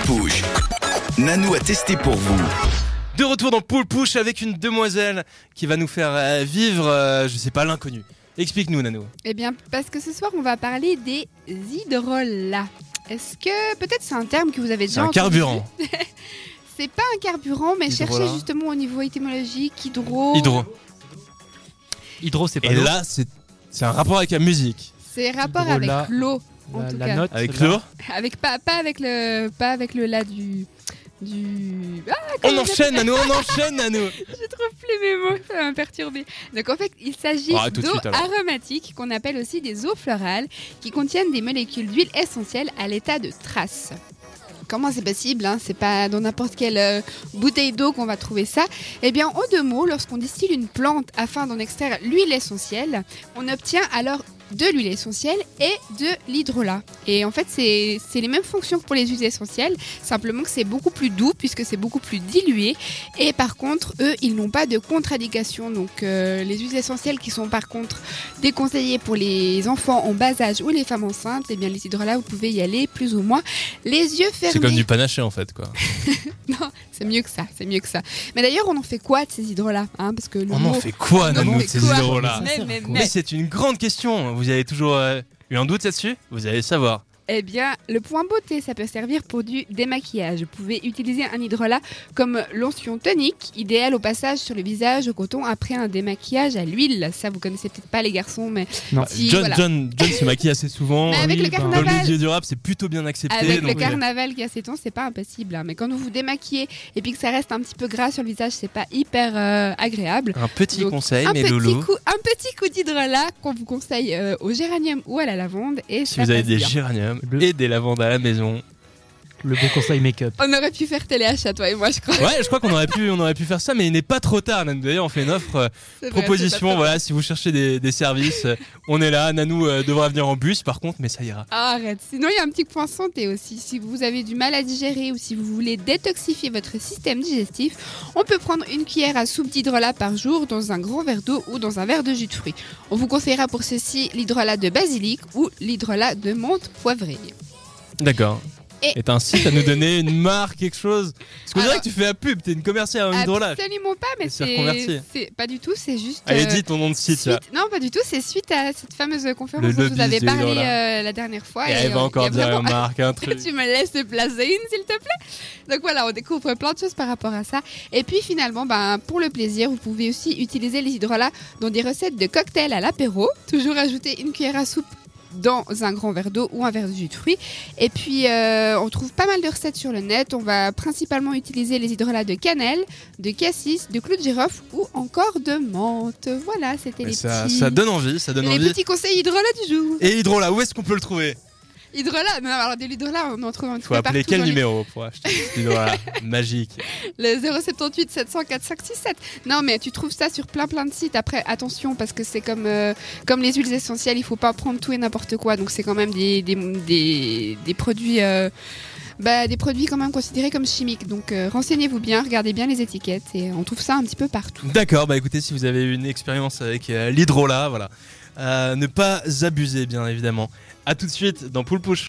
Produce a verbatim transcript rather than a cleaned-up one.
Push. Nanou a testé pour vous. De retour dans Pool Push avec une demoiselle qui va nous faire euh, vivre, euh, je sais pas, l'inconnu. Explique-nous, Nanou. Eh bien, parce que ce soir, on va parler des hydrolats. Est-ce que, peut-être c'est un terme que vous avez déjà C'est un entendu. carburant. C'est pas un carburant, mais Hydrolat. cherchez justement au niveau étymologique, hydro... Hydro. Hydro, c'est pas Et l'eau. là, c'est, c'est un rapport avec la musique. C'est rapport Hydrolat. avec l'eau, en La, tout la cas. note. Avec là. l'eau. Avec, pas, pas avec le pas avec le la du... du... Ah, On comment enchaîne, Nanou, on enchaîne, Nanou. Je trouve plus mes mots, ça va me perturber. Donc en fait, il s'agit Ah, tout de d'eau suite, alors. aromatiques qu'on appelle aussi des eaux florales qui contiennent des molécules d'huile essentielles à l'état de traces. Comment c'est possible hein C'est pas dans n'importe quelle euh, bouteille d'eau qu'on va trouver ça. Eh bien, en deux mots, lorsqu'on distille une plante afin d'en extraire l'huile essentielle, on obtient alors de l'huile essentielle et de l'hydrolat. Et en fait, c'est c'est les mêmes fonctions que pour les huiles essentielles, simplement que c'est beaucoup plus doux puisque c'est beaucoup plus dilué. Et par contre, eux, ils n'ont pas de contre-indication. Donc, euh, les huiles essentielles qui sont par contre déconseillées pour les enfants en bas âge ou les femmes enceintes, eh bien les hydrolats, vous pouvez y aller plus ou moins les yeux fermés. C'est comme du panaché en fait, quoi. Non, c'est mieux que ça, c'est mieux que ça. Mais d'ailleurs, on en fait quoi de ces hydrolats hein Parce que le On mot... en fait quoi, On en Nanou, de fait ces quoi hydrolats? Mais, mais, Mais mais. c'est une grande question. Vous avez toujours euh, eu un doute là-dessus? Vous allez savoir. Eh bien, le point beauté, ça peut servir pour du démaquillage. Vous pouvez utiliser un hydrolat comme lotion tonique, idéal au passage sur le visage au coton après un démaquillage à l'huile. Ça, vous connaissez peut-être pas les garçons, mais Non. si, John, voilà. John, John se maquille assez souvent. Mais avec oui, le bah, Dans le carnaval, milieu du rap, c'est plutôt bien accepté. avec le donc, euh, carnaval qui a ses temps, c'est pas impossible. hein. Mais quand vous vous démaquillez et puis que ça reste un petit peu gras sur le visage, c'est pas hyper euh, agréable. Un petit Donc, conseil, un mais petit Lolo, coup, un petit coup d'hydrolat qu'on vous conseille euh, au géranium ou à la lavande. Et si ça vous avez passe des bien. géraniums Le- et des lavandes à la maison. Le bon conseil make-up. On aurait pu faire téléachat, toi et moi, je crois. Ouais, je crois qu'on aurait pu, on aurait pu faire ça, mais il n'est pas trop tard. Nanou. D'ailleurs, on fait une offre, euh, C'est vrai, proposition. c'est pas trop Voilà, si vous cherchez des, des services, euh, on est là. Nanou euh, devra venir en bus, par contre, mais ça ira. Ah, arrête. Sinon, il y a un petit point santé aussi. Si vous avez du mal à digérer ou si vous voulez détoxifier votre système digestif, on peut prendre une cuillère à soupe d'hydrolat par jour dans un grand verre d'eau ou dans un verre de jus de fruits. On vous conseillera pour ceci l'hydrolat de basilic ou l'hydrolat de menthe poivrée. D'accord. Et- Et t'as un site à nous donner, une marque, quelque chose? Parce qu'on dirait Alors- que tu fais la pub, t'es une commerciale en hydrolat. Absolument pas, mais Et se faire c'est convertir. c'est- pas du tout, c'est juste... Allez, euh, dis ton nom de site, là. suite- Non, pas du tout, c'est suite à cette fameuse conférence Le dont vous lobby avez des parlé hydrolats. euh, la dernière fois. Et elle va euh, encore il y a dire vraiment- une marque, un truc. Tu me laisses te placer une, s'il te plaît. Donc voilà, on découvre plein de choses par rapport à ça. Et puis finalement, ben, pour le plaisir, vous pouvez aussi utiliser les hydrolats dans des recettes de cocktails à l'apéro. Toujours ajouter une cuillère à soupe dans un grand verre d'eau ou un verre de jus de fruits. Et puis, euh, on trouve pas mal de recettes sur le net. On va principalement utiliser les hydrolats de cannelle, de cassis, de clou de girofle ou encore de menthe. Voilà, c'était Mais les ça, petits... ça donne envie, ça donne les envie. petits conseils hydrolat du jour. Et hydrolat, où est-ce qu'on peut le trouver? Hydrolat, non, alors de l'hydrolat, on en trouve un petit Faut peu appeler partout quel dans les- numéro pour acheter cet hydrolat magique? Le zéro sept huit sept cent quatre cinq six sept. Non, mais tu trouves ça sur plein plein de sites. Après, attention, parce que c'est comme, euh, comme les huiles essentielles, il faut pas prendre tout et n'importe quoi. Donc, c'est quand même des, des, des, des produits. euh, bah, des produits quand même considérés comme chimiques. Donc, euh, renseignez-vous bien, regardez bien les étiquettes et on trouve ça un petit peu partout. D'accord, bah écoutez, si vous avez eu une expérience avec euh, l'hydrolat, voilà. Euh, ne pas abuser, bien évidemment. À tout de suite dans Pool Push.